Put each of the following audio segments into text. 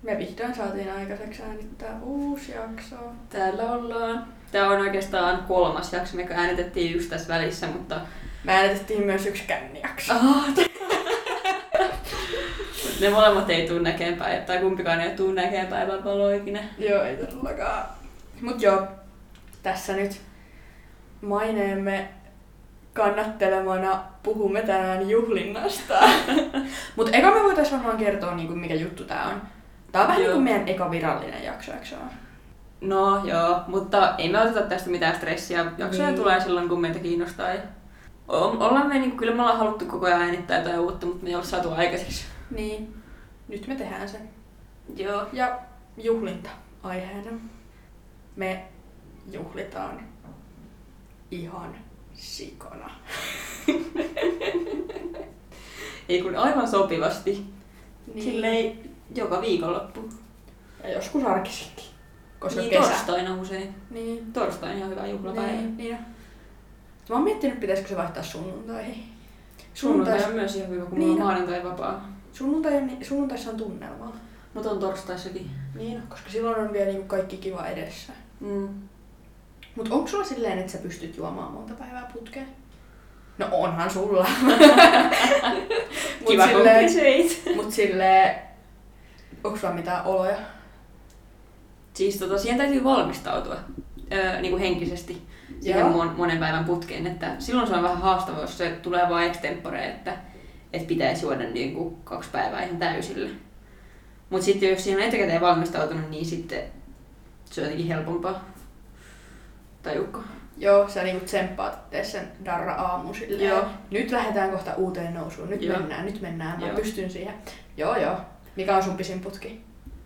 Me vihdoin saatiin aikaiseksi äänittää uusi jakso. Täällä ollaan. Tää on oikeastaan 3. jakso, me äänitettiin yksi tässä välissä, mutta... Me äänitettiin myös yksi kännijakso. Ne molemmat ei tuu näkeen päivää, tai kumpikaan ei tuu näkeen päivän valoa ikinä. Joo, ei todellakaan. Mut joo, tässä nyt maineemme kannattelemana puhumme tänään juhlinnasta. Mut eka me voitais varmaan kertoa niinku mikä juttu tää on. Tää on vähän niinku meidän eka virallinen jakso, eikö se ole? No joo, mutta ei me oteta tästä mitään stressiä. Jaksoja tulee silloin kun meitä kiinnostaa. Ollaan me niinku, kyllä me ollaan haluttu koko ajan äänittää jotain uutta, mutta me ei ole saatu aikaiseksi. Niin, nyt me tehdään sen. Joo. Ja juhlinta aiheena. Me juhlitaan ihan sikona. Ei kun aivan sopivasti. Niin. Silleen joka viikonloppu. Ja joskus arkisinkin. Koska niin, kesä. torstaina usein. Niin. Torstai on ihan hyvä juhlapäivä. Niin. Mä oon miettinyt, pitäisikö se vaihtaa sunnuntaihin. Sunnuntai on myös ihan hyvä, kun niin, mulla on maanantai vapaa. Sunnuntaissa on tunnelmaa. Mutta on torstaissakin. Niin, koska silloin on vielä niinku kaikki kiva edessä. Mut onko sulla silleen, että sä pystyt juomaan monta päivää putkeen? No onhan sulla. Kiva kompliseit. Mut silleen, onko sulla mitään oloja? Siis siihen täytyy valmistautua niinku henkisesti siihen monen päivän putkeen. Että silloin se on vähän haastavaa, jos se tulee vaan extempore, että pitäisi juoda niinku 2 päivää ihan täysillä. Mut sitten jos siihen on etukäteen valmistautunut, niin sitten se on jotenkin helpompaa. Tajuuko? Joo, sä niinku tsemppaat, tee sen darra aamu silleen. Joo. Nyt lähdetään kohta uuteen nousuun. Nyt mennään. Mä pystyn siihen. Joo. Mikä on sun pisin putki?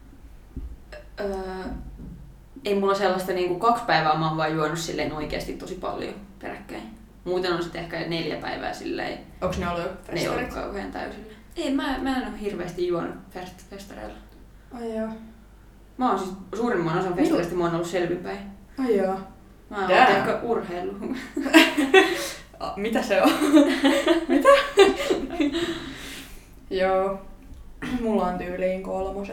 Ei mulla sellaista niinku 2 päivää mä oon vaan juonut silleen oikeesti tosi paljon peräkkäin. Muuten on sitten ehkä 4 päivää silleen. Onks ne ollut jo Ne ei festarit? ollut kauhean täysillä. Ei, mä en oo hirveästi juonut festareilla. Ai joo. Mä oon siis suurimman osan festareista mä oon ollut selvinpäin. Ai joo. Mä oon ehkä urheilu. Mitä se on? Mitä? Joo. Mulla on tyyliin 3.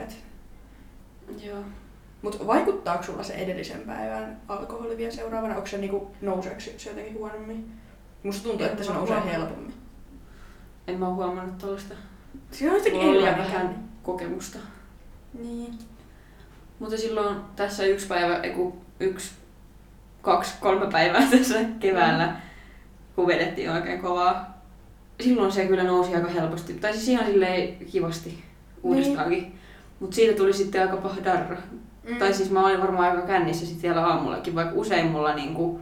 Joo. Mut vaikuttaako sulla se edellisen päivän alkoholi vielä seuraavana? Onko se niinku, nouseeko se jotenkin huonommin? Musta tuntuu, että se nousee helpommin. En mä oo huomannut tollaista. Siinä on jotenkin mulla on vähän vähän kokemusta. Niin. Mutta silloin tässä 1 päivä, 1, 2, 3 päivää tässä keväällä, kun vedettiin oikein kovaa. Silloin se kyllä nousi aika helposti. Tai siis ihan silleen kivasti uudestaankin. Niin. Mut siitä tuli sitten aika paha darra. Tai siis mä olin varmaan aika kännissä sit vielä aamullakin, vaikka usein mulla niinku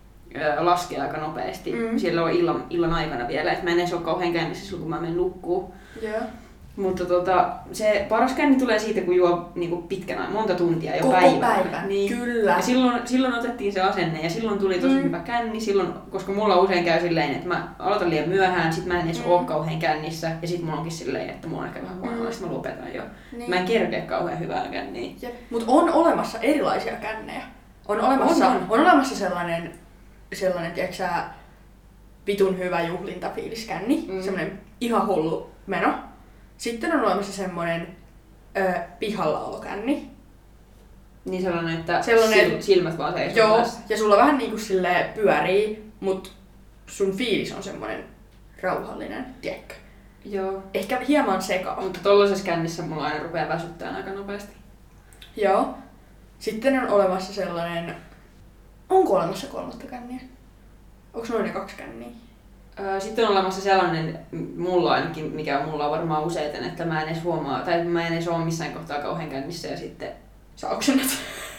laskee aika nopeasti. Siellä on illan aikana vielä, että mä en edes ole kauhean kännissä silloin, kun mä menen nukkuun. Joo. Mutta se paras känni tulee siitä, kun juo niinku pitkän monta tuntia jo koko päivää. Niin. Kyllä. Ja silloin otettiin se asenne ja silloin tuli tosi hyvä känni. Silloin, koska mulla usein käy silleen, että mä aloitan liian myöhään, sit mä en edes oo kauhean kännissä. Ja sit mulla onkin silleen, että mulla on ehkä vähän huonoa, sit mä lopetan jo. Niin. Mä en kerkeä kauhean hyvää känniä. Mut on olemassa erilaisia kännejä. On olemassa sellainen tiiäksä, vitun hyvä juhlintafiiliskänni. Semmonen ihan hullu meno. Sitten on olemassa semmonen pihallaolokänni. Niin sellainen, että silmät vaan seisoo. Joo, ja sulla vähän niinku silleen pyörii, mut sun fiilis on semmonen rauhallinen, tiedätkö? Joo. Ehkä hieman sekava. Mutta tollasessa kännissä mulla aina rupeaa väsyttämään aika nopeasti. Joo. Sitten on olemassa sellainen... Onko olemassa 3. känniä? Onko noin ne 2 känniä? Sitten on olemassa sellainen, mulla ainakin, mikä mulla on varmaan useiten, että mä en edes huomaa, tai mä en edes oo missään kohtaa kauhean kännissä ja sitten... Sä oksennat.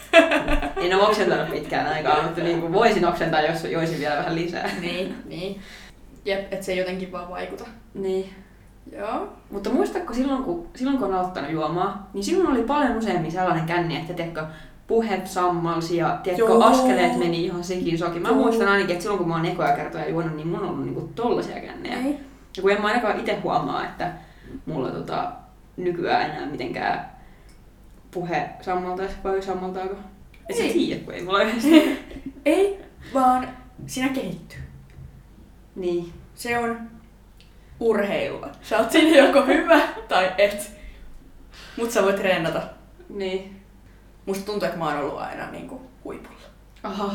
En oo oksentanut pitkään aikaa, mutta niin voisin oksentaa, jos joisin vielä vähän lisää. Niin. Jep, et se ei jotenkin vaan vaikuta. Niin. Joo. Mutta muistatko silloin kun on aloittanut juomaan, niin silloin oli paljon useammin sellainen känni, että tiedätkö, puhe sammalsi ja tiedätkö, askeleet meni ihan sikin sokin. Mä muistan ainakin, että silloin kun mä oon ekoja kertoja juonut, niin mun on ollut niinku tollasia kännejä. Ei. Ja kun en mä ainakaan itse huomaa, että mulla nykyään enää mitenkään puhe sammaltaisi vai sammaltaako? Et sä tiedä, kun ei mulla yhdessä. Ei, vaan sinä kehittyy. Niin. Se on urheilua. Sä oot siinä joko hyvä tai et. Mut sä voit treenata. Niin. Musta tuntuu, että mä oon ollut aina niinku huipulla. Aha.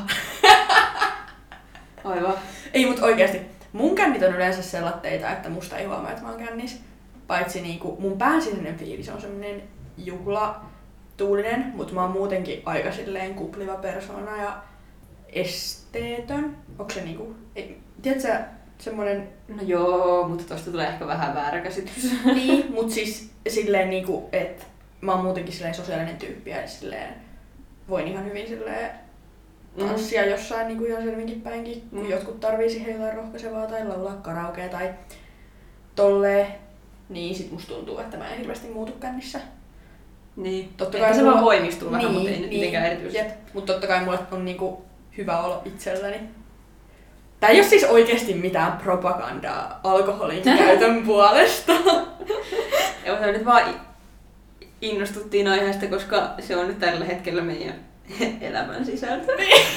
Aivan. Ei, mut oikeesti. Mun kännit on yleensä sellatteita, että musta ei huomaa, että mä oon kännis. Paitsi niinku mun pääsisäinen fiilis on semmonen juhlatuulinen, mut mä oon muutenkin aika silleen kupliva persoona ja esteetön. Onks se niinku... Tiedätkö semmonen... No joo, mutta tosta tulee ehkä vähän väärä käsitys. Niin, mut siis silleen niinku, että mä oon muutenkin silleen sosiaalinen tyyppi ja silleen voin ihan hyvin silleen tanssia jossain niinku ihan selvinkin päinkin, kun jotkut tarvii siihen jotain rohkaisevaa tai laulaa karaokea tai tolleen. Niin sit musta tuntuu, että mä en hirveästi muutu kännissä. Niin. Totta kai se vaan voimistuu vähän, niin, mutta ei nyt mitenkään erityisesti. Mutta totta kai mulle on niinku hyvä olo itselläni. Tää ei oo siis oikeesti mitään propagandaa alkoholin käytön puolesta. Ja mutta nyt vaan innostuttiin aiheesta, koska se on nyt tällä hetkellä meidän elämän sisältö.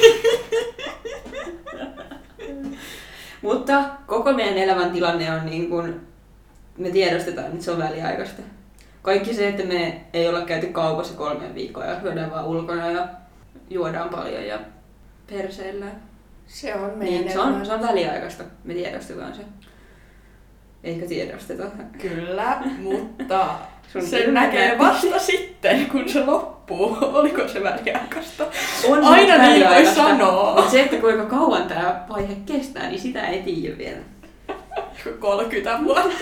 Mutta koko meidän elämäntilanne on niin kuin me tiedostetaan, että se on väliaikaista. Kaikki se, että me ei olla käyty kaupassa 3 viikkoa ja syödään vaan ulkona ja juodaan paljon ja perseillään. Se on meidän niin, se on väliaikaista. Me tiedostetaan se. Eikö tiedosteta? Kyllä, mutta sen näkee vasta sitten, kun se loppuu. Oliko se väliaikaista? On aina niin voi sanoa. Mutta se, että kuinka kauan tämä vaihe kestää, niin sitä ei tiedä vielä. 30 vuotta.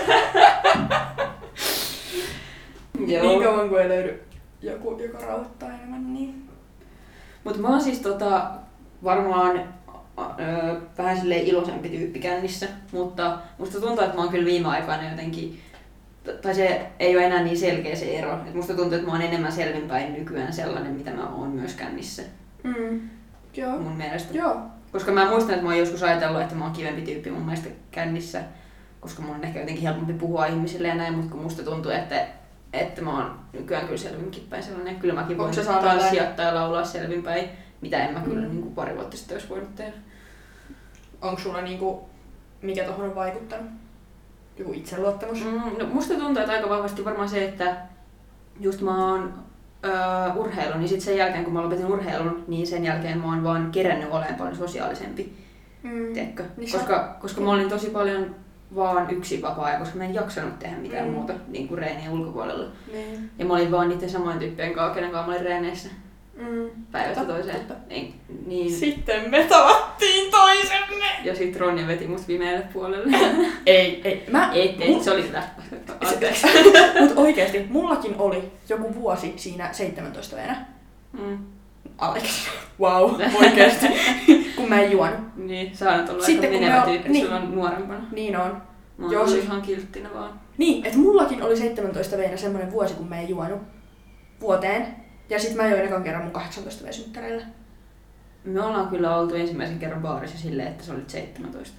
Joo. Niin kauan kuin ei löydy joku, joka rauhoittaa enemmän. Niin. Mutta mä oon siis varmaan vähän silleen iloisempi tyyppi kännissä, mutta musta tuntuu, että mä oon kyllä viime aikoina jotenkin, tai se ei ole enää niin selkeä se ero. Et musta tuntuu, että mä oon enemmän selvinpäin nykyään sellainen, mitä mä oon myös kännissä. Joo. Mun mielestä. Joo. Koska mä muistan, että mä oon joskus ajatellut, että mä oon kivempi tyyppi mun mielestä kännissä, koska mun on ehkä jotenkin helpompi puhua ihmisille ja näin, mutta kun musta tuntuu, että mä oon nykyään kyllä selvinkin päin sellainen. Kyllä mäkin voin tanssia tai laulaa selvinpäin, mitä en mä kyllä niin kuin pari vuotta sitten olisi voinut tehdä. Onko sulla niinku, mikä tohon on vaikuttanut? Joku itseluottamus? No musta tuntuu, että aika vahvasti varmaan se, että just mä oon urheilun, niin sit sen jälkeen kun mä lopetin urheilun, niin sen jälkeen mä oon vaan kerännyt olemaan paljon sosiaalisempi. Tiedätkö? Niin koska mä olin tosi paljon vaan yksin vapaa-ajan, koska mä en jaksanut tehdä mitään muuta niin kuin reenien ulkopuolella. Niin. Ja mä olin vaan niiden samojen tyyppien kanssa, kenen kanssa mä olin reeneissä päivästä toiseen. Niin. Sitten me tavattiin toisemme! Ja sit Ronja veti mut pimeälle puolelle. ei. Se oli läppä. Mut oikeesti, mullakin oli joku vuosi siinä 17-vuotiaana. Alex. Wow, oikeesti. Kun mä en juonut. Niin, sä oot ollut aika menevä tyyppi niin, sulla on nuorempana. Niin on. Mä oon ollut ihan kilttinä vaan. Niin, et mullakin oli 17-vuotiaana semmonen vuosi, kun mä en juonut vuoteen. Ja sit mä join ekan kerran mun 18-vuotiaana. Me ollaan kyllä oltu ensimmäisen kerran baarissa silleen, että sä olit 17.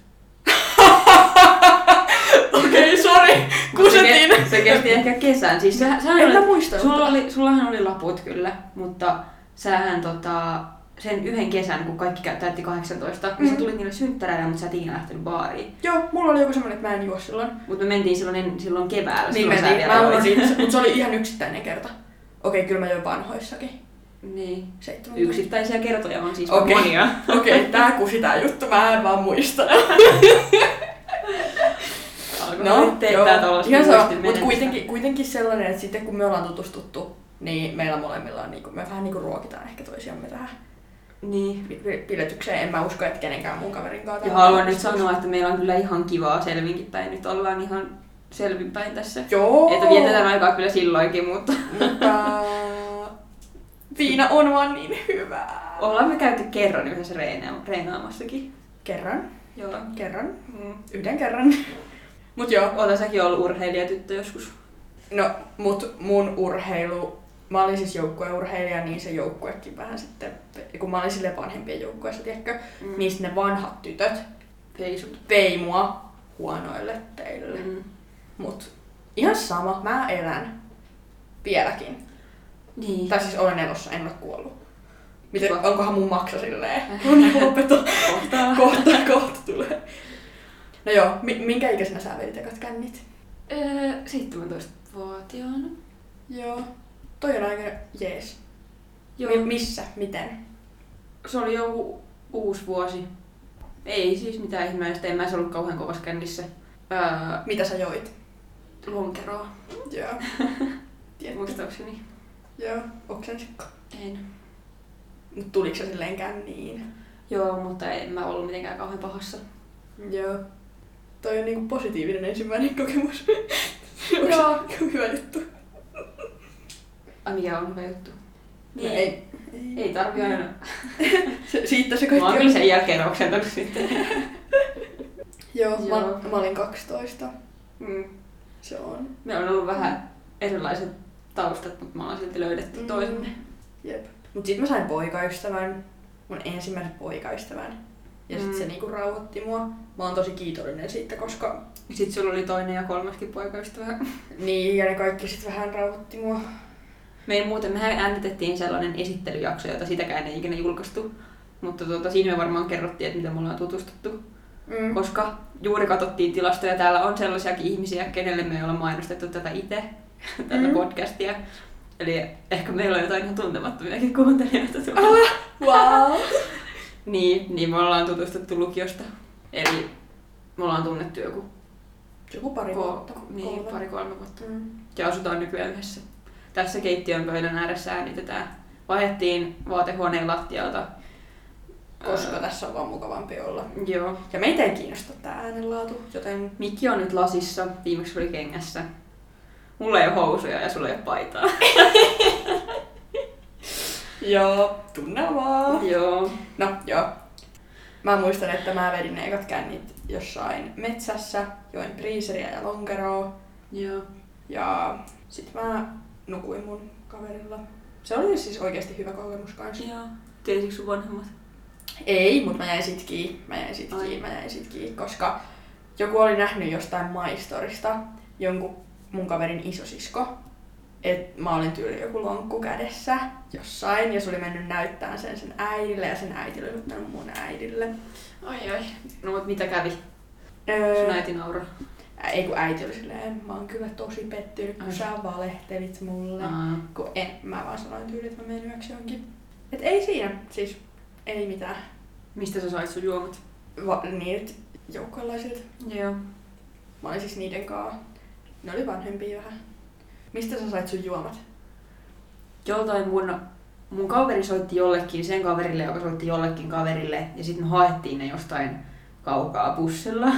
Okei, sori, kusetin. Se kesti ehkä kesän. Siis en mä muista. Sullahan oli laput kyllä, mutta sähän sen yhden kesän, kun kaikki täytti 18, niin sä tulit niille synttäreille, mutta sä et ikinä lähtenyt baariin. Joo, mulla oli joku semmonen, että mä en juo silloin. Mutta me mentiin silloin keväällä. Niin mentiin, mutta se oli ihan yksittäinen kerta. Okei, kyllä mä join vanhoissakin. Niin. 17. Yksittäisiä kertoja on siis monia. Okei, tää kusi tää juttu, mä en vaan muista. No, ihan sama, mutta kuitenkin sellainen, että sitten kun me ollaan tutustuttu, niin meillä molemmilla on niinku, me vähän niinku ruokitaan ehkä toisiamme tähän niin piletykseen. En mä usko, että kenenkään mun kaverin kanssa. Ja haluan nyt sanoa, että meillä on kyllä ihan kivaa selvinkin päin. Nyt ollaan ihan selvinpäin tässä. Joo. Että vietetään aikaa kyllä silloinkin, mutta viina on vaan niin hyvää. Ollaan me käyty kerran yhdessä reenaamassakin. Kerran? Joo. Kerran? Yhden kerran. Mut joo. Oota säkin ollut urheilijatyttö joskus? No, mut mun urheilu, mä olin siis joukkueurheilija, niin se joukkuekin vähän sitten, kun mä olin silleen vanhempien joukkueessa, tiedätkö, niin sitten ne vanhat tytöt vei mua huonoille teille. Mut ihan sama, mä elän vieläkin. Niin. Tai siis olen elossa, en ole kuollut. Miten, onkohan mun maksa silleen? On lopeta. Kohta tulee. No joo, minkä ikäisenä sä vedit ekat kännit? 17-vuotiaana. Joo. Toi on aika jees. Joo. Missä? Miten? Se oli joku uusi vuosi. Ei siis mitään ihmeellistä, en mä ollut kauhean kovassa kännissä. Mitä sä joit? Lonkeroa. Joo. Tietty. Muistaakseni. Joo. Oksensikko? En. Mut tuliko se silleen känniin? Joo, mutta en mä ollut mitenkään kauhean pahassa. Joo. Toi on niinku positiivinen ensimmäinen kokemus. Joo. Hyvä juttu. Ai mikä on hyvä juttu? No ei. Ei tarvi aina. Siitä se kaikki Mä oon kyllä sen jälkeen oksentanut sitten. Joo, Joo. mä olin 12. Mm. Se on. Meillä on ollut vähän erilaiset taustat, mutta me ollaan silti löydetty toisemme. Jep. Mut sit mä sain poikaystävän. Mun ensimmäisen poikaystävän. Ja sit se niinku rauhoitti mua. Mä oon tosi kiitollinen siitä, koska... Sitten sulla oli toinen ja kolmaskin poikaystävä. Niin, ja ne kaikki sit vähän rauhoitti mua. Mehän äänitettiin sellainen esittelyjakso, jota sitäkään ei ikinä julkaistu. Mutta siinä me varmaan kerrottiin, että miten me ollaan tutustuttu. Koska juuri katsottiin tilastoja, täällä on sellaisiakin ihmisiä, kenelle me ei olla mainostettu tätä itse, tätä podcastia. Eli ehkä meillä on jotain ihan tuntemattomiakin kuuntelijoita tuolla. Wow! niin, me ollaan tutustuttu lukiosta. Eli me ollaan tunnettu Joku pari vuotta. Niin, 2-3 vuotta. Mm. Ja asutaan nykyään yhdessä. Tässä keittiön pöydän ääressä äänitetään. Vaihdettiin vaatehuoneen lattialta. Koska tässä on vaan mukavampi olla. Joo. Ja meitä ei kiinnosta tää äänenlaatu, joten... Mikki on nyt lasissa, viimeksi oli kengässä. Mulla ei ole housuja ja sulla ei ole paitaa. Joo, tunnelmaa. Joo. No, joo. Mä muistan, että mä vedin ne ekat kännit jossain metsässä, join priiseriä ja lonkeroa. Joo. Ja sit mä nukuin mun kaverilla. Se oli siis oikeesti hyvä kokemus kanssa. Joo. Tiesikö sun vanhemmat? Ei, mut mä jäin sit kiinni, koska joku oli nähnyt jostain maistorista jonkun mun kaverin isosisko. Et mä olin tyyli joku lonkku kädessä jossain ja se oli mennyt näyttämään sen äidille ja sen äiti oli ottanut mun äidille. Ai. No mut mitä kävi? Sun äiti naura. Ei kun äiti oli silleen, mä oon kyllä tosi pettynyt kun sä valehtelit mulle. Kun mä vaan sanoin tyyli, että mä menen yöksi johonkin. Et ei siinä, siis ei mitään. Mistä sä sait sun juomat? Niitä joukkoilaisilta. Joo. Mä olin siis niiden kaa. Ne oli vanhempia vähän. Mistä sä sait sun juomat? Joltain mun kaveri soitti jollekin sen kaverille, joka soitti jollekin kaverille. Ja sitten me haettiin ne jostain kaukaa bussilla.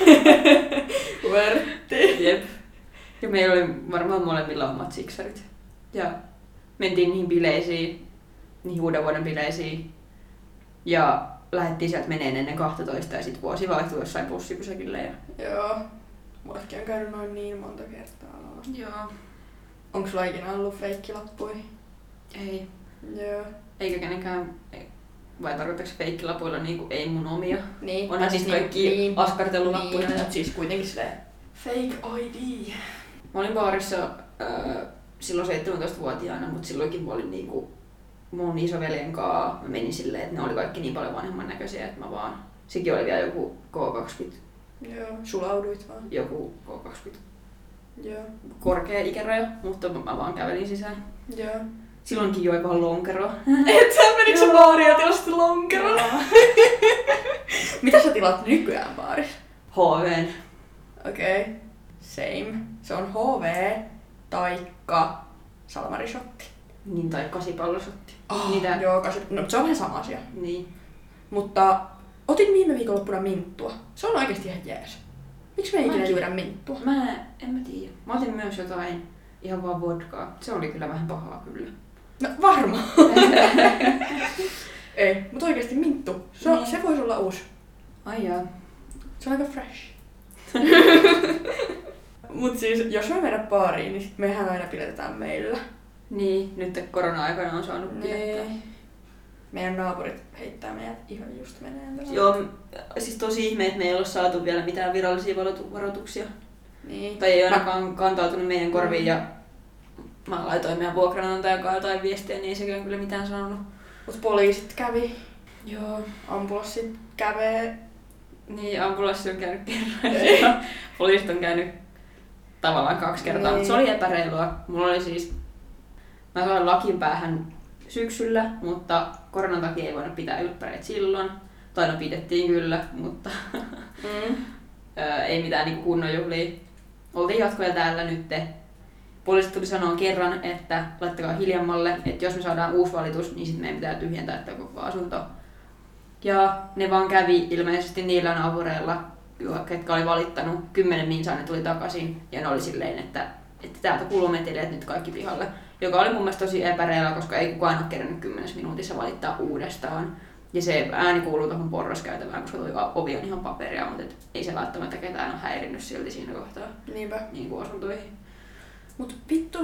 Vörtti. Jep. Ja meillä oli varmaan molemmilla omat siksarit. Ja mentiin niihin bileisiin, niihin uuden vuoden bileisiin. Ja lähdettiin sieltä meneen ennen 12 ja sit vuosi vaihtui jossain bussipysäkillä. Joo. Mullekin on käynyt noin niin monta kertaa. Joo. Onko sulla ikinä ollut feikkilappuja? Ei. Joo. Eikä kenenkään, vai tarkoitatko feikkilapuilla niinku ei mun omia? Niin. Onhan siis kaikki askartelulappuja. Niin, mutta siis kuitenkin silleen fake ID. Mä olin baarissa silloin 17-vuotiaana, mutta silloinkin mä olin niinku mun isoveljen kaa. Mä menin silleen, että ne oli kaikki niin paljon vanhemman näköisiä, että mä vaan... Sekin oli vielä joku K20. Joo, sulauduit vaan. Joku K20. Joo. Korkea ikäraja, mutta mä vaan kävelin sisään. Joo. Silloinkin joi vähän lonkeroa. Et sä menikö sä baariin ja tilasit lonkeroa? Mitä sä tilaat nykyään baarissa? HV:n. Okei. Same. Se on HV taikka salmarisotti. Niin, tai kasipallosotti. Niitä... Joo, no, se on vähän sama asia. Niin. Mutta otin viime viikonloppuna minttua. Se on oikeesti ihan jees. Miksi me ei ikinä juoda minttua? En mä tiedä. Mä otin myös jotain ihan vaan vodkaa. Se oli kyllä vähän pahaa kyllä. No varmaan. Ei, mutta oikeesti minttu. Niin. Se voisi olla uusi. Ai jaa. Se on aika fresh. Mut siis, jos me mennään baariin, niin mehän aina pidetään meillä. Niin, nyt korona-aikana on saanut pidettä. Meidän naapurit heittää meidät ihan just meneen. Joo, siis tosi ihme, että me ei ole saatu vielä mitään virallisia varoituksia. Niin. Tai ei ainakaan kantautunut meidän korviin ja mä laitoin meidän vuokranantajan kanssa jotain viestiä, niin ei sekään kyllä mitään sanonut. Mut poliisit kävi. Joo. Ambulanssit kävee. Niin, ambulanssi on käynyt kerran ja poliisit on käynyt tavallaan 2 kertaa, niin. mutta se oli epäreilua. Mulla oli siis Mä sain lakin päähän syksyllä, mutta koronan takia ei voinut pitää ylppäreitä silloin. Tai no pidettiin kyllä, mutta ei mitään niin kunnon juhlia. Oltiin jatkoja täällä nyt. Poliisit tuli sanoa kerran, että laittakaa hiljemmalle, että jos me saadaan uusi valitus, niin sitten meidän pitää tyhjentää tämä koko asunto. Ja ne vaan kävi ilmeisesti niillä naapureilla, ketkä oli valittanut 10 minsaa, ne tuli takaisin. Ja ne oli silleen, että täältä kuuluu meteliä, nyt kaikki pihalle. Joka oli mun mielestä tosi epäreilua, koska ei kukaan ole kerännyt 10 minuutissa valittaa uudestaan. Ja se ääni kuuluu tuohon porraskäytävään, koska tuo ovi on ihan paperia, mutta ei se välttämättä ketään ole häirinnyt silti siinä kohtaa. Niinpä. Niin kuin asuntoihin. Mut hitto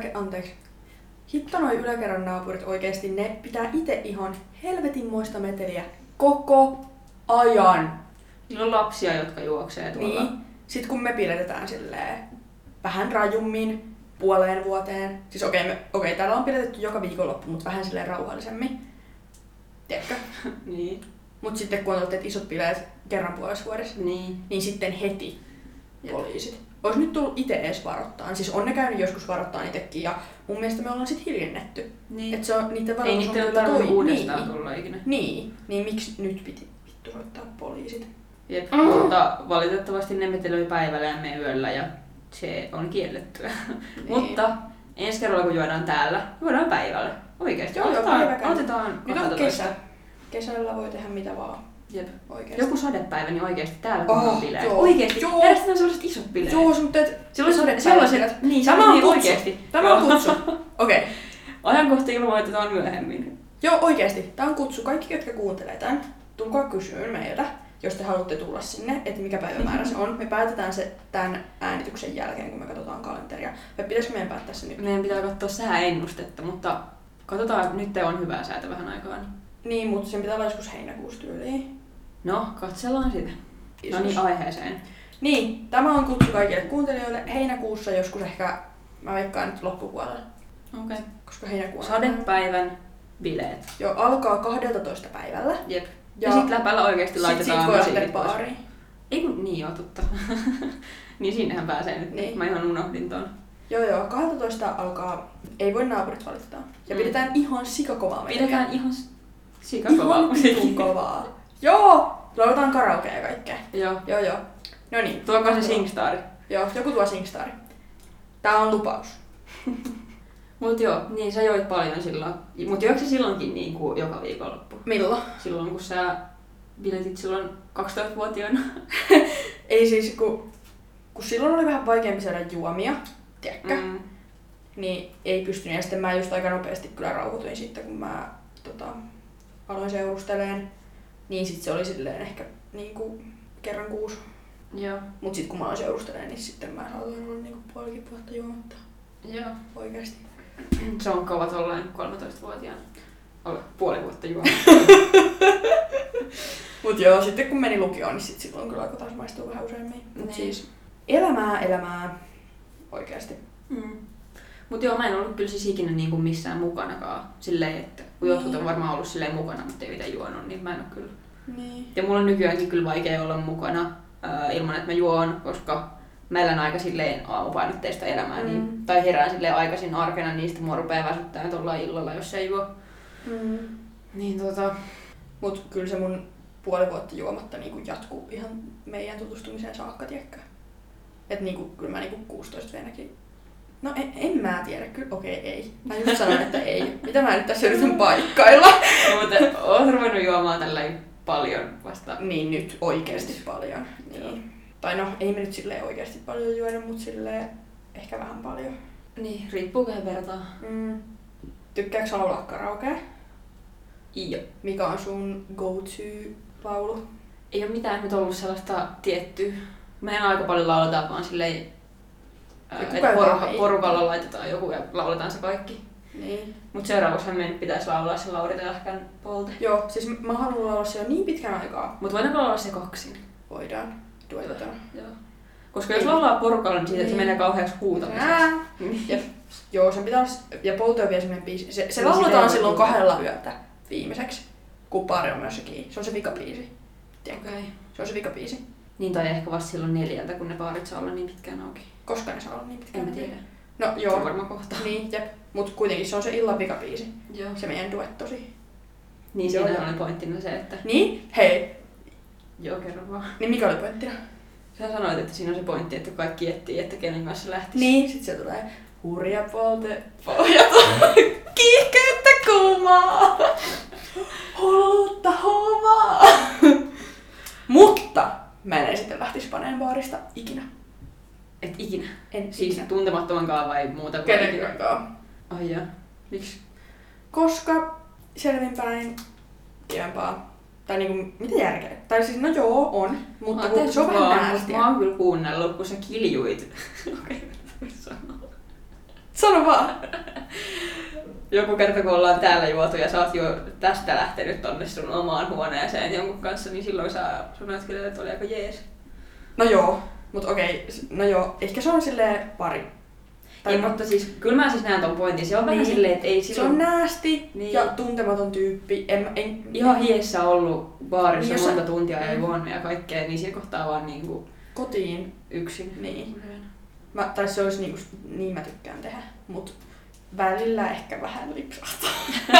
noi yläkerran naapurit oikeesti, ne pitää itse ihan helvetinmoista meteliä koko ajan. Niillä on lapsia, jotka juoksee tuolla. Niin. Sit kun me piletetään silleen vähän rajummin, puoleen vuoteen. Siis okei, täällä on piletetty joka viikonloppu, mutta vähän silleen rauhallisemmin. Tiedätkö? Niin. Mut sitten kun on teet isot bileet kerran puolessa vuodessa, niin sitten heti poliisit. Ois nyt tullut itse edes varoittaa. Siis on ne käynyt joskus varoittaa itsekin ja mun mielestä me ollaan sit hiljennetty. Niin. Et se on, niiden varoitus ei on niiden ole kyllä tarvinnut uudestaan tulla ikinä. Niin miksi nyt piti vittu soittaa poliisit? Jep, mutta valitettavasti ne metelöi päivällä ja me yöllä ja se on kiellettyä. Niin. Mutta ensi kerralla kun juodaan täällä, juodaan päivällä. Oikeesti. Joo, Otetaan nyt on kesä. Kesällä voi tehdä mitä vaan. Jep. Oikeesti. Joku sadepäivä, niin oikeesti täällä kun on bileet. Joo. Oikeesti, Joo. järjestetään sellaiset isot bileet. Joo, sun teet sellaiset, niin Tämä on niin kutsu. oikeesti. Tämä on kutsu. Okei. Ajankohta ilmoitetaan myöhemmin. Joo, oikeesti. Tämä on kutsu. Kaikki, jotka kuuntelee tän, tulkaa kysyä meiltä, jos te haluatte tulla sinne, että mikä päivämäärä se on. Me päätetään se tämän äänityksen jälkeen, kun me katsotaan kalenteria. Vai pitäisikö meidän päättää se nyt? Meidän pitää katsoa sääennustetta, mutta katsotaan, nyt on hyvää säätä vähän aikaa. Niin, mutta sen pitää olla joskus heinäkuussa tyyliin. No, katsellaan sitä. No niin, aiheeseen. Niin, tämä on kutsu kaikille kuuntelijoille heinäkuussa joskus ehkä, mä veikkaan nyt loppupuolella. Okei. Koska heinäkuussa Sadepäivän bileet. Joo, alkaa 12 päivällä. Jep. Ja sit läpällä oikeesti laitetaan sit voi lähteä musiikit pois. baariin. Ei kun, niin joo, totta. Niin sinnehän pääsee nyt. Niin. Mä ihan unohdin ton. Joo, 12 alkaa, ei voi naapurit valittaa. Ja pidetään ihan sikakovaa meitä. Pidetään ihan sikakovaa Ihan vitun kovaa. Joo! Lauletaan karaokea ja kaikkea. Joo. No niin. Tuokaa se Singstari. Joo, joku tuo Singstari. Tää on lupaus. Mut joo, niin sä joit paljon silloin. Mut joiko sä silloinkin niin kuin joka viikonloppu? Milloin? Silloin kun sä biletit silloin 12-vuotiaana? Ei siis, kun silloin oli vähän vaikeampi saada juomia, tiedätkö? Niin ei pystynyt. Ja sitten mä just aika nopeasti kyllä rauhoituin sitten, kun mä aloin seurusteleen. Niin sit se oli silleen ehkä niinku kerran kuusi. Joo. Mut sit kun mä aloin seurusteleen, niin sitten mä saatoin olla niinku puolikin vuotta juomatta. Joo. Oikeesti. Se on kova tollain 13-vuotiaana. Olla puoli vuotta juomatta. Mut joo, sitten kun meni lukioon, niin sit silloin kyllä alkoi taas maistua vähän useammin. Mut Niin. siis elämää. Oikeesti. Mut joo, mä en ollut kyllä siis ikinä niinku missään mukanakaan. Silleen, että kun jotkut on varmaan ollut silleen mukana, mutta ei mitään juonut, niin mä en oo kyllä. Niin. Ja mulla on nykyäänkin kyllä vaikea olla mukana ilman, että mä juon, koska mä elän aika silleen aamupainotteista elämää, niin, tai herään silleen aikaisin arkena, niin sitten mua rupeaa väsyttää tuolla illalla, jos ei juo. Niin Mut kyllä se mun puoli vuotta juomatta niinku jatkuu ihan meidän tutustumiseen saakka, tiedätkö? Et niinku, kyllä mä niinku 16 vuotiaanakin. No en mä tiedä, kyllä ei. Mä just sanon, että ei. Mitä mä nyt tässä yritän paikkailla? No, mutta oot ruvennut juomaan tälleen paljon vasta. Niin nyt oikeesti paljon. Niin. Tai no, ei me nyt silleen oikeesti paljon juoda, mut silleen ehkä vähän paljon. Niin, riippuu kehen vertaa. Tykkääks laulaa karaokea? Joo. Mikä on sun go-to-laulu? Ei oo mitään nyt ollut sellaista tiettyä. Meidän aika paljon lauletaan vaan silleen, että porukalla laitetaan joku ja lauletaan se kaikki. Niin. Mut seuraavaksi meidän pitäisi laulaa se Lauri Telhkän Polte. Joo, siis mä haluan laulaa siellä niin pitkän aikaa. Mut voidaanko laulaa se kaksin? Voidaan. Duettona. Joo. Koska jos laulaa porukalla, niin siitä se menee kauheaksi huutamiseksi. Joo, sen pitää olla, ja Polte on vielä semmonen biisi. Se Niin lauletaan sitä silloin ei voi 2 yötä viimeiseksi, kun pari on myös kiinni. Se on se vikabiisi. Okei. Se on se vikabiisi. Niin tai ehkä vasta silloin 4, kun ne baarit saa olla niin pitkään auki. Koska ne saa olla niin pitkään? En mä tiedä. No Se joo. on varmaan kohta. Niin, jep. Mut kuitenkin se on se illan vikabiisi. Joo. Se meidän duettosi. Niin Joo, siinä joo. oli pointtina se, että... Niin, hei. Joo, kerro vaan. Niin mikä oli pointtina? Sä sanoit, että siinä on se pointti, että kaikki etsii, että kenen kanssa lähtisi. Niin, sit se tulee hurja polte, pohjat, kiihkeyttä kuumaa, hullutta huumaa. Mutta mä en sitten lähtis paneen baarista ikinä. Et ikinä. En Siis ikinä. tuntemattomankaan vai muuta kuin Kenenkaan. Ai jaa. Miksi? Koska selvinpäin kivempaa. Tai niinku, mitä järkeä? Tai siis no joo, on. Mutta kun se on vähän näästiä. Mä oon kyllä kuunnellut, kun sä kiljuit. Okei, sanoa. Sano vaan. Joku kerta, kun ollaan täällä juotu ja sä oot jo tästä lähtenyt tonne sun omaan huoneeseen jonkun kanssa, niin silloin sä sanoit kyllä, että oli aika jees. No joo, mut okei. No joo, ehkä se on silleen pari. Tai mutta siis, kyllä mä siis näen ton pointin. Se on vähän Niin. silleen, että ei silloin... Se on näästi Niin. ja tuntematon tyyppi. En ihan hiessä ollut baarissa Niin, jos monta sä- tuntia ja juonut ja kaikkea, niin siinä kohtaa vaan niinku kotiin. yksin. Niin. Tai se olisi niin mä tykkään tehdä, mut välillä ehkä vähän lipsahtaa.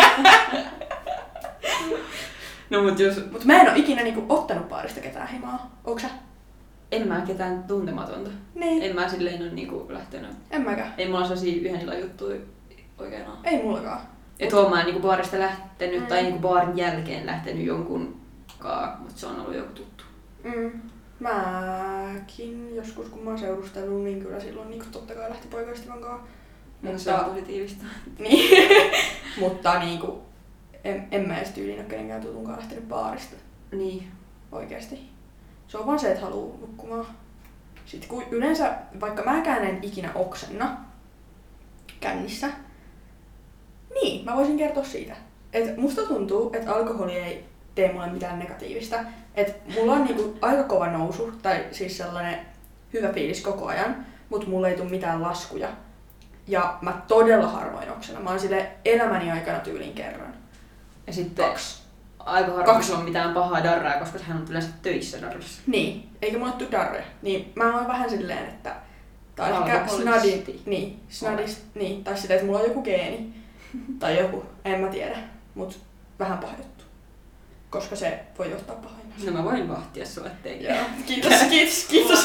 No mut jos... Mut mä en oo ikinä ottanut baarista ketään himaa. Onks sä? En mä ketään tuntematonta. Niin. En mä silleen ole niinku lähtenyt. En mäkään. Ei mulla sellaisia yhden illan juttuja oikein ole. Ei mullakaan. Et oon mä niinku baarista lähtenyt tai Mm. niinku baarin jälkeen lähtenyt jonkun kaa, mut se on ollut joku tuttu. Mäkin joskus kun mä oon seurustellut, niin kyllä silloin totta kai lähti poikaystävän kanssa. Se on positiivista. Niin. Mutta en mä edes tyyliin ole kenenkään tutunkaan lähtenyt baarista. Niin. Oikeesti. Se on vaan se, että haluu nukkumaan. Sitten kun yleensä, vaikka mäkään en ikinä oksenna kännissä, niin mä voisin kertoa siitä. Et musta tuntuu, että alkoholi ei tee mulle mitään negatiivista. Et mulla on aika kova nousu, tai siis sellainen hyvä fiilis koko ajan, mutta mulla ei tule mitään laskuja. Ja mä todella harvoin oksena. Mä oon sille elämäni aikana tyylin kerran. Ja sitten 2. aika harvoin sulla on mitään pahaa darraa, koska hän on yleensä töissä darrassa. Niin, eikä mulle tule darreja. Niin mä oon vähän silleen, että tai ehkä Alkoholisti. snadist, niin, tai sitä, että mulla on joku geeni. Tai joku, en mä tiedä. Mut vähän paha juttu. Koska se voi johtaa pahoin. No mä voin vahtia sua, ettei. Joo, kiitos.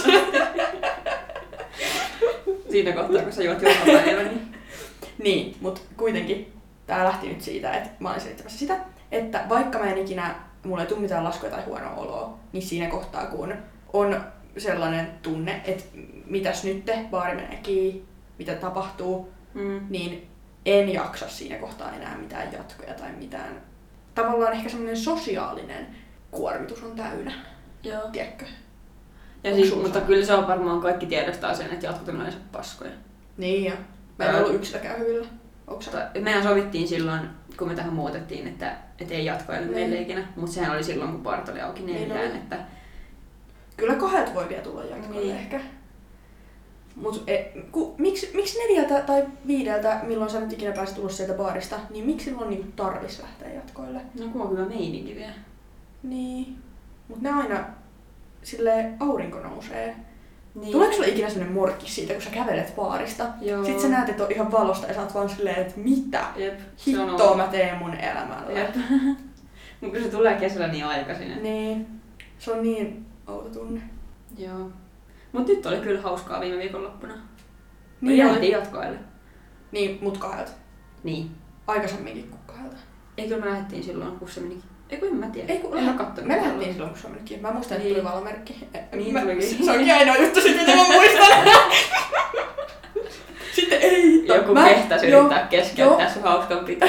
Siinä kohtaa, kun sä juot joka päivä, niin... Niin, mut kuitenkin tää lähti nyt siitä, että mä olin selittämässä sitä, että vaikka mä en ikinä, mulla ei tule mitään laskuja tai huonoa oloa, niin siinä kohtaa kun on sellainen tunne, että mitäs nyt baari menee kiinni, mitä tapahtuu, niin en jaksa siinä kohtaa enää mitään jatkoja tai mitään. Tavallaan ehkä semmoinen sosiaalinen kuormitus on täynnä, Joo. tiedätkö? Ja siis, mutta kyllä se on varmaan kaikki tiedostaa sen, että jatkot on yleensä paskoja. Niin ja mä en ollut yksilläkään hyvillä. Onks sä? Mehän sovittiin silloin, kun me tähän muutettiin, että ei jatkoille Niin. meille ikinä. Mutta sehän oli silloin, kun baarit oli auki Niin 4, oli. että... Kyllä 2 voi vielä tulla jatkoille Niin. ehkä. Mut miksi 4 tai 5, milloin sä nyt ikinä pääsit ulos sieltä baarista, niin miksi silloin on tarvis lähteä jatkoille? No kun on hyvä meininki vielä. Niin. Mut ne aina silleen aurinko nousee. Niin. Tuleeko sulle ikinä sellainen morkkis siitä, kun sä kävelet baarista? Joo. Sit sä näet, että on ihan valosta ja sä oot vaan silleen, että mitä Jep. Se on hittoa mä teen mun elämällä. Jep. Mut kun se tulee kesällä niin aikaisin. Niin. Se on niin outo tunne. Joo. Mut nyt oli kyllä hauskaa viime viikonloppuna. Me Niin oli. jäätiin jatkoille. Niin, mut 2. Niin. Aikaisemminkin kuin 2. Ei kyllä me lähdettiin silloin, kun se menikin. Ei kun en mä tiedä. Ei kun en mä kattonut. me lähdettiin silloin, kun se menikin. Mä muistan, että Niin. tuli valomerkki. Niin tulikin. Se onkin ainoa juttu sit, mitä mä muistan. Sitten ei. Joku kehtas yrittää keskeyttää sun hauskan pitoa.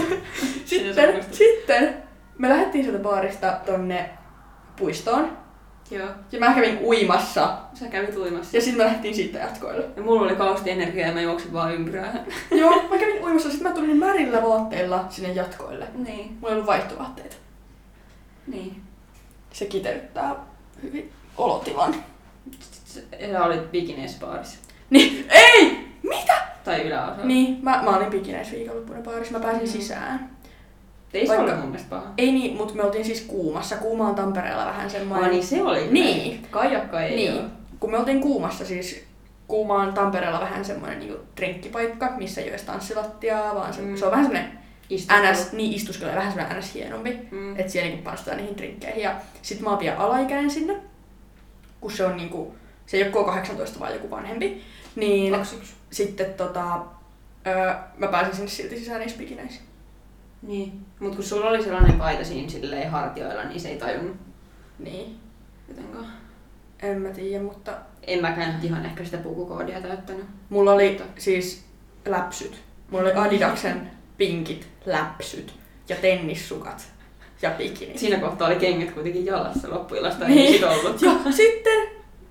Sitten me lähdettiin sieltä baarista tonne puistoon. Joo. Ja mä kävin uimassa. Sä kävit uimassa. Ja sitten me lähdettiin siitä jatkoille. Ja mulla oli kauheasti energiaa ja mä juoksin vaan ympyrää. Joo, mä kävin uimassa. Sitten mä tulin märillä vaatteilla sinne jatkoille. Niin. Mulla ei ollut vaihtovaatteita. Niin. Se kiteyttää hyvin olotilan. Sä olit bikineessä baarissa. Niin, ei! Mitä? Tai yläosalla. Niin, mä olin bikineissä viikonloppuna baarissa. Mä pääsin sisään. Ei se Vaikka- ollut mun mielestä paha. Ei niin, mutta me oltiin siis Kuumassa. Kuuma on Tampereella vähän semmoinen. Niin se oli. Niin. Kaijakka ei Niin. oo. Kun me oltiin Kuumassa siis kun mä oon Tampereella vähän semmoinen niinku drinkkipaikka, missä ei ole edes tanssilattiaa, vaan se on vähän semmoinen istuskelu ja vähän semmoinen ns. Hienompi. Että siellä niinku panostetaan niihin drinkkeihin. Ja sit mä oon vielä alaikäinen sinne, kun se on niinku, se ei ole K18 vaan joku vanhempi. Niin 21. sitten mä pääsin sinne silti sisään niissä bikineissä. Niin. Mut kun sulla oli sellainen paita siinä silleen hartioilla, niin se ei tajunnut. Niin. Jotenkaan. En mä tiedä, mutta... En mäkään nyt ihan ehkä sitä pukukoodia täyttänyt. Mulla oli siis läpsyt. Mulla oli Adidaksen pinkit läpsyt ja tennissukat ja bikinit. Siinä kohtaa oli kengät kuitenkin jalassa loppuilasta, niin. Ei sit ollut. Ja sitten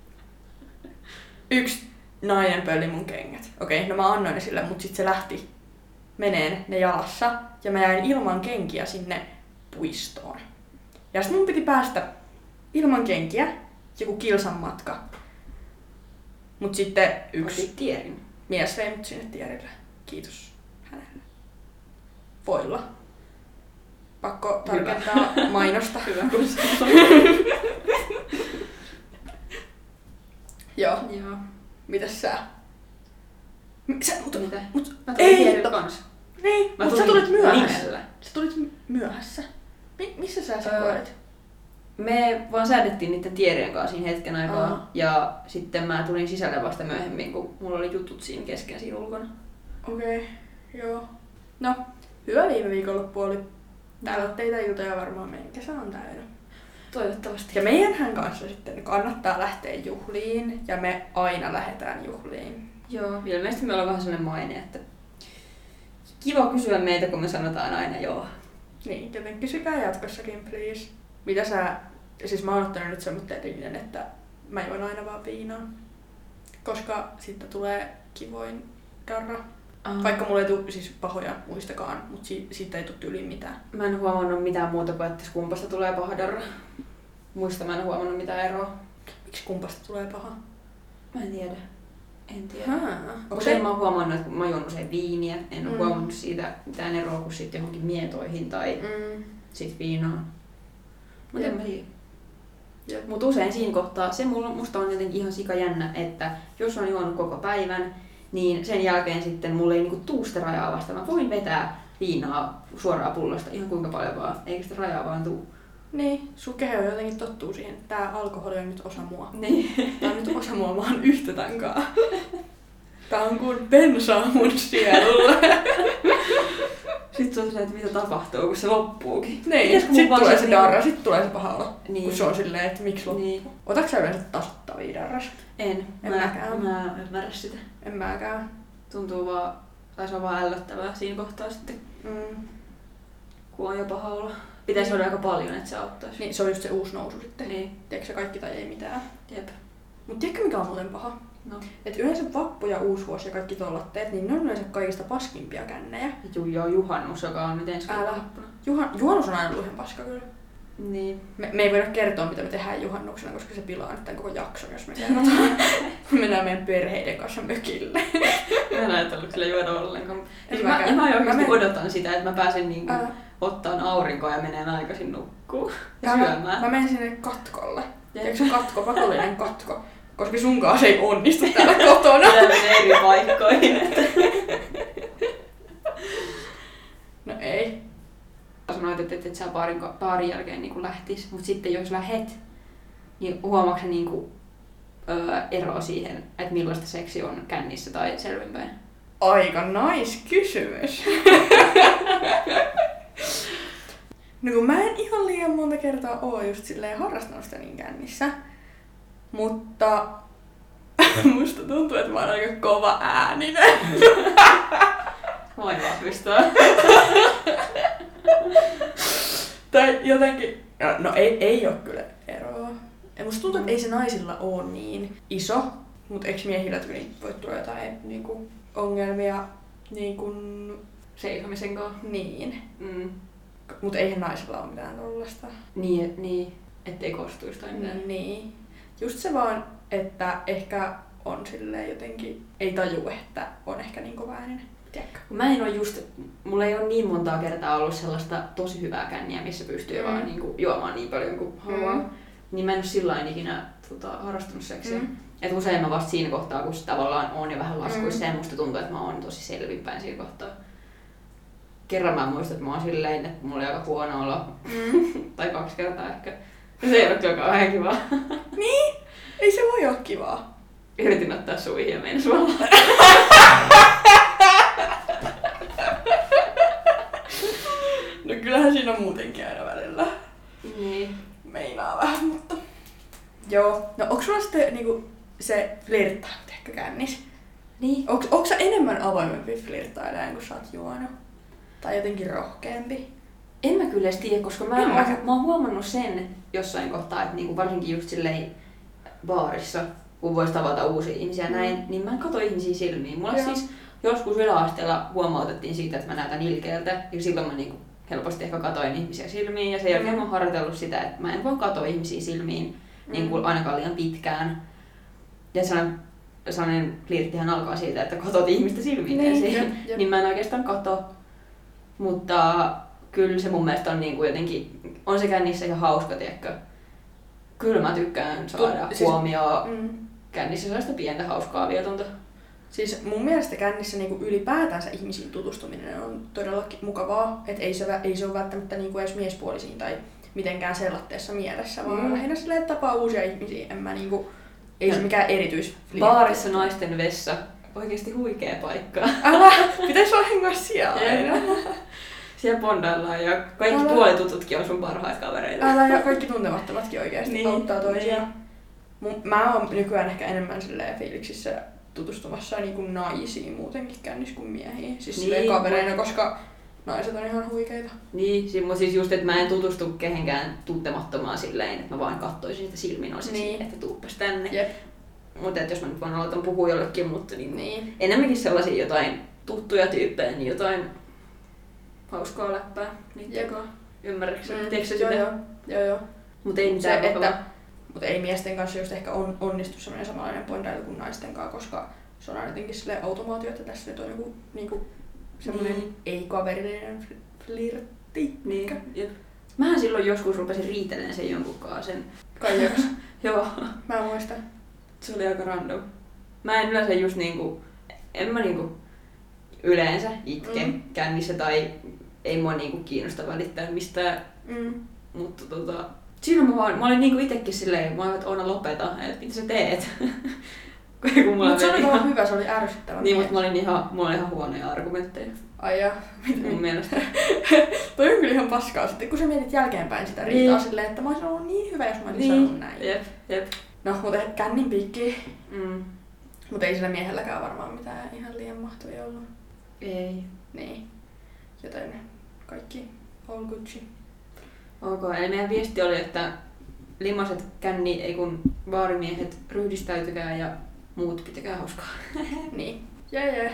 yksi nainen pölli mun kengät. Okei, no mä annoin ne sille, mut sit se lähti meneen ne jalassa ja mä jäin ilman kenkiä sinne puistoon. Ja sit mun piti päästä ilman kenkiä joku kilsan matka. Mut sitten yksi mies vei mut sinne tierille. Kiitos hänelle. Voilla. Pakko tarkentaa mainosta. Hyvä kurssi. Joo. Joo. Mitäs sä? Mitä? Mä tulin ei, tierille kans. Niin, Mä mut sä tulit myöhässä. nimellä. Sä tulit myöhässä. Missä sä sekoilit? Me vaan säädettiin niiden tierien kanssa siinä hetken aikaa. Aa. Ja sitten mä tulin sisälle vasta myöhemmin, kun mulla oli jutut siinä kesken siinä ulkona. Okei, joo. No, hyvä viime viikonloppu oli. Täytteitä iltoja varmaan meidän kesä on täynnä. Toivottavasti. Ja meidänhän kanssa sitten kannattaa lähteä juhliin, ja me aina lähdetään juhliin. Joo, ilmeisesti meillä on vähän sellainen maine, että kiva kysyä meitä, kun me sanotaan aina joo. Niin, joten kysykää jatkossakin, please. Mitä sä... Siis mä oon ottanut nyt semmoinen linjan, että mä juon aina vaan viinaa. Koska siitä tulee kivoin darra. Vaikka mulla ei tule siis pahoja muistakaan, mutta siitä ei tule tyyliin mitään. Mä en huomannut mitään muuta kuin, että kumpasta tulee paha darra. Muista mä en huomannut mitään eroa. Miksi kumpasta tulee paha? Mä en tiedä. En tiedä. Okei. En mä oon huomannut, että kun mä juon usein viiniä, en oo huomannut siitä mitään eroa kuin sitten johonkin mietoihin tai sit viinaan. Mutta en mä tiedä. Mut usein siinä kohtaa, se musta on jotenkin ihan sika jännä, että jos on juonut koko päivän, niin sen jälkeen sitten mulla ei niinku tuu sitä rajaa vasta. Mä voin vetää viinaa suoraan pullosta ihan kuinka paljon vaan, eikä sitä rajaa vaan tuu. Niin, sun keho jotenkin tottuu siihen, että tää alkoholi on nyt osa mua. Niin. Tää on nyt osa mua, mä oon yhtä tän kaa. Tää on kuin bensaa mun sielulle. Sitten se on silleen, että mitä tapahtuu, kun se loppuukin. Niin, sit tulee se darra, sit tulee se paha olo. Niin. Kun se on silleen, että miksi loppuu. Niin. Otaks sä yleensä tasoittavia darras? En mäkään. Mä ymmärrä sitä. En mäkään. Tuntuu vaan, tai se on vaan ällöttävää siinä kohtaa sitten, kun on jo paha olo. Pitäisi olla aika paljon, että se auttaisi. Niin, se on just se uusi nousu sitten. Niin. Tiedätkö sä kaikki tai ei mitään? Jep. Mut tiedätkö mikä on muuten paha? No. Et yleensä vappu ja uusvuosi ja kaikki tollatteet, niin ne on yleensä kaikista paskimpia kännejä. Joo, juhannus, joka on nyt ensi viikonloppuna. Juhannus on aina ollut ihan paska kyllä. Niin. Me ei voida kertoa, mitä me tehdään juhannuksena, koska se pilaa nyt tämän koko jakson, jos me kerrotaan. Me mennään meidän perheiden kanssa mökille. Mä en ajatellut kyllä juoda ollenkaan. En Mä oikeasti odotan sitä, että mä pääsen niinku ottaan aurinkoa ja menen aikaisin nukkuu ja syömään. Mä menen sinne katkolle. Tiedätkö katko, pakollinen katko? Koska sunkaan se ei onnistu täällä kotona. Mä menen eri paikkoihin. No ei. Sanoit, että et sä baarin jälkeen niin lähtis, mutta sitten jos lähet, niin huomaatko sä niin eroa siihen, että millaista seksi on kännissä tai selvinpäin? Aika nice kysymys. No kun mä en ihan liian monta kertaa oo just silleen harrastanut sitä niin kännissä, mutta musta tuntuu, että mä oon aika kova ääninen. Voin vahvistaa. Tai jotenkin, no ei oo kyllä eroa. Ja musta tuntuu, että ei se naisilla oo niin iso, mutta eikö miehillä tyyliin voi tulla jotain niinku ongelmia niinku Seisomisen kanssa. niin. Mut eihän naisilla oo mitään tollasta. Niin, ettei kostuisi tai mitään. Niin. Just se vaan, että ehkä on silleen jotenkin, ei taju, että on ehkä niin kova ääninen. Tiedätkö? Mä en oo mulla ei oo niin montaa kertaa ollut sellaista tosi hyvää känniä, missä pystyy vaan niinku juomaan niin paljon kuin haluaa. Niin mä en oo sillain ikinä harrastanut seksiä. Et usein mä vasta siinä kohtaa, kun tavallaan on jo vähän laskuissa ja musta tuntuu, että mä oon tosi selvinpäin siinä kohtaa. Kerran mä muistan, että mä oon silleen, että mulla oli aika huono olo. Tai 2 kertaa ehkä. Se ei ole kyllä kauhean kivaa. Niin? Ei se voi olla kivaa. Yritin ottaa suihin ja meinas valaa. No kyllähän siinä on muutenkin aina välillä. Niin. Meinaa vähän, mutta... Joo. No onks sulla sitten niinku se flirttailu ehkä kännis? Niin. Onks sä enemmän avoimempi flirttailemaan, kun sä oot juonut? Tai jotenkin rohkeampi? En mä kyllä edes tiedä, koska mä oon huomannut sen jossain kohtaa, että niinku varsinkin just silleen baarissa, kun vois tavata uusia ihmisiä näin, niin mä en katso ihmisiä silmiin. Mulla siis joskus yläasteella huomautettiin siitä, että mä näytän ilkeältä, ja silloin mä niinku helposti ehkä katoin ihmisiä silmiin, ja sen jälkeen mä oon harjoitellut sitä, että mä en voi katsoa ihmisiä silmiin niinku ainakaan liian pitkään. Ja sellainen flirttihän alkaa siitä, että katot ihmistä silmiin, niin mä en oikeastaan katso. Mutta kyllä se mun mielestä on niinku jotenkin, on se kännissä ihan hauska, tiedätkö? Kyllä mä tykkään saada huomioon kännissä sellaista pientä hauskaa vietonta. Siis mun mielestä kännissä niinku ylipäätänsä ihmisiin tutustuminen on todellakin mukavaa, että ei se ole välttämättä niinku edes miespuolisiin tai mitenkään sellatteessa mielessä, vaan lähinnä silleen, että tapaa uusia ihmisiä. En mä niinku, ei se mikään erityisflirtti. Baarissa naisten vessa, oikeesti huikea paikka. Älä, pitäis olla hengaa siellä aina. Siellä bondaillaan ja kaikki puolitututkin on sun parhaat kavereita. Älä, ja kaikki tuntemattomatkin oikeesti auttaa toisiaan. Mä oon nykyään ehkä enemmän silleen fiiliksissä tutustumassa niinku naisiin muutenkin kännissä kuin miehiin. Siis silleen kavereina, koska naiset on ihan huikeita. Niin, siis just, että mä en tutustu kehenkään tuntemattomaan silleen, että mä vaan kattoisin sitä silmin olisin, että tuuppas tänne. Jep. Mutta jos mä nyt vaan aloitan puhua jollekin, mutta niin. Enemmänkin sellaisia jotain tuttuja tyyppejä, niin jotain hauskaa läppää niiden kanssa. Ymmärrätkö? Tiedätkö sä sitä? Joo. Mutta ei mitään Mutta ei miesten kanssa just ehkä onnistu semmoinen samanlainen bondailu kuin naisten kanssa, koska se on aina jotenkin silleen automaatio, että tässä nyt on joku niinku semmoinen ei-kaverillinen flirtti. Niin. Mähän silloin joskus rupesin riitelemään sen jonkun kanssa sen. Kaijoks? Joo. Mä muistan. Se oli aika random. Mä en yleensä just en mä yleensä itke kännissä tai ei mua kiinnosta välittää mistään. Mutta siinä mä olin itekin silleen, että Oona lopeta, että mitä sä teet? Mutta se oli vaan hyvä, se oli ärsyttävä. Niin, mutta mulla oli ihan huonoja argumentteja. Ai jaa. Mun mielestä. Toi on kyllä ihan paskaa sitten, kun sä mietit jälkeenpäin sitä riitaa silleen, että mä olisin ollut niin hyvä, jos mä olisin sanonut näin. Jep. No, mutta kännin piikki. Mutta ei sillä miehelläkään varmaan mitään ihan liian mahtavia ollut. Ei. Niin. Joten kaikki all Gucci. Ok, eli meidän viesti oli, että limaset ei kun baarimiehet ryhdistäytykää ja muut pitäkää hauskaa. Niin. Jee.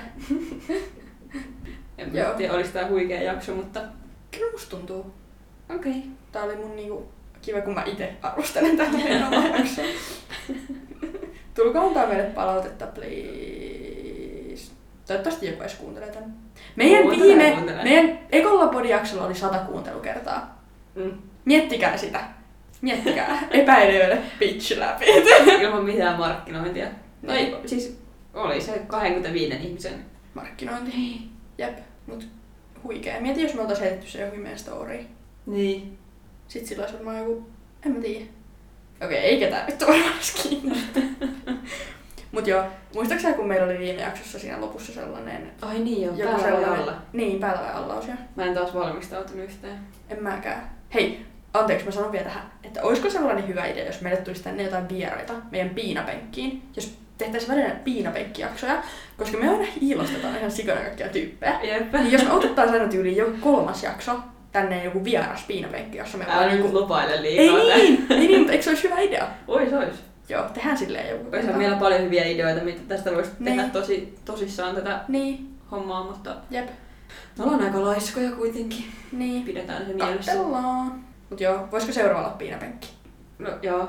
En tiedä, olis tää huikea jakso, mutta... Kyllä musta tuntuu. Okei. Tää oli mun kiva, kun mä ite arvostelen tälleen omaa jaksoa. Tulkaa antaa meille palautetta, please. Toivottavasti joku edes kuuntelee tän. Meidän ekolla podijaksolla oli 100 kuuntelukertaa. Miettikää sitä. Miettikää. Epäilijöille pitch läpi. Ilman mitään markkinointia. Siis oli se 25 ihmisen markkinointi. Jep. Mut huikea. Mieti, jos me oltais heitetty se johonkin meidän storyin. Niin. Sit sillä olisi varmaan joku... En mä tiedä. Okei, ei ketään vittu varmaan kiinnostaa. Mut joo, muistaaksä kun meillä oli viime jaksossa siinä lopussa sellainen... Ai niin joo, päällä vai alla? Niin, päällä vai alla osia. Mä en taas valmistautunut yhtään. En mäkään. Hei, anteeksi mä sanon vielä tähän, että olisiko sellainen hyvä idea, jos meille tulisi tänne jotain vieraita meidän piinapenkkiin, jos tehtäisiin välillä piinapenkkijaksoja, koska me aina hiilostetaan ihan sikana kaikkia tyyppejä. Niin jos me otettaisiin aina tyyliin joku 3. jakso, tänne joku vieras piinapenkki, jossa me vaan niinku... lupaile liikaa. Ei niin, mutta eikö se olisi hyvä idea? Ois. Joo, tehdään silleen joku. Olisi meillä paljon hyviä ideoita, mitä tästä voisi tehdä tosissaan tätä hommaa, mutta... Jep. Me ollaan aika laiskoja kuitenkin. Niin. Pidetään se mielessä. Katsellaan. Mut joo, voisiko seuraava olla piinapenkki? No joo.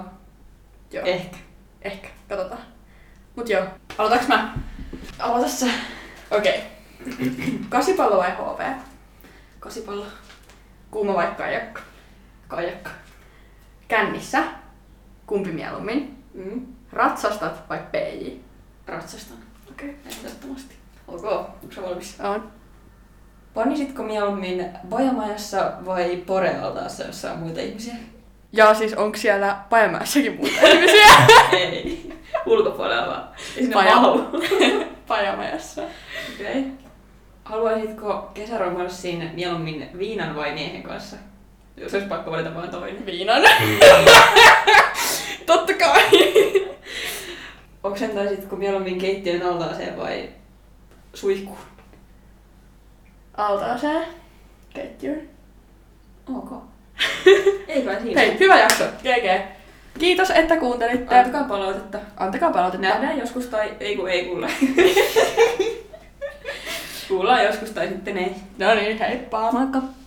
Ehkä. Katsotaan. Mut joo. Aloitaks mä? Aloita sä. Okei. Kasipallo vai HV? Kasipallo. Kuuma vai kajakka? Kajakka. Kännissä? Kumpi mieluummin? Ratsastat vai PJ? Ratsastan. Okei. Ehdottomasti. Ok, onko sä valmis? On. Panisitko mieluummin Bajamajassa vai Borealtaassa, jossa on muita ihmisiä? Ja siis onko siellä Pajamäessäkin muita ihmisiä? Ei. Ulkopuolella vaan. Ei sinne Paja- mahu. Pajamajassa. Okei. Okay. Haluaisitko kesäromanssiin mieluummin viinan vai miehen kanssa? Jos olisi pakko valita vaan toinen. Viinan. Totta kai. Oksentaisitko mieluummin keittiön altaaseen vai suihkuun? Altaaseen. Keittiöön. Ok. Ei kai siinä. Hei, hyvä jakso. GG. Kiitos, että kuuntelitte. Antakaa palautetta. Antakaa palautetta. Nähdään joskus tai ei kuule. Kuullaan joskus tai sitten ei. No niin, heippa. Moikka!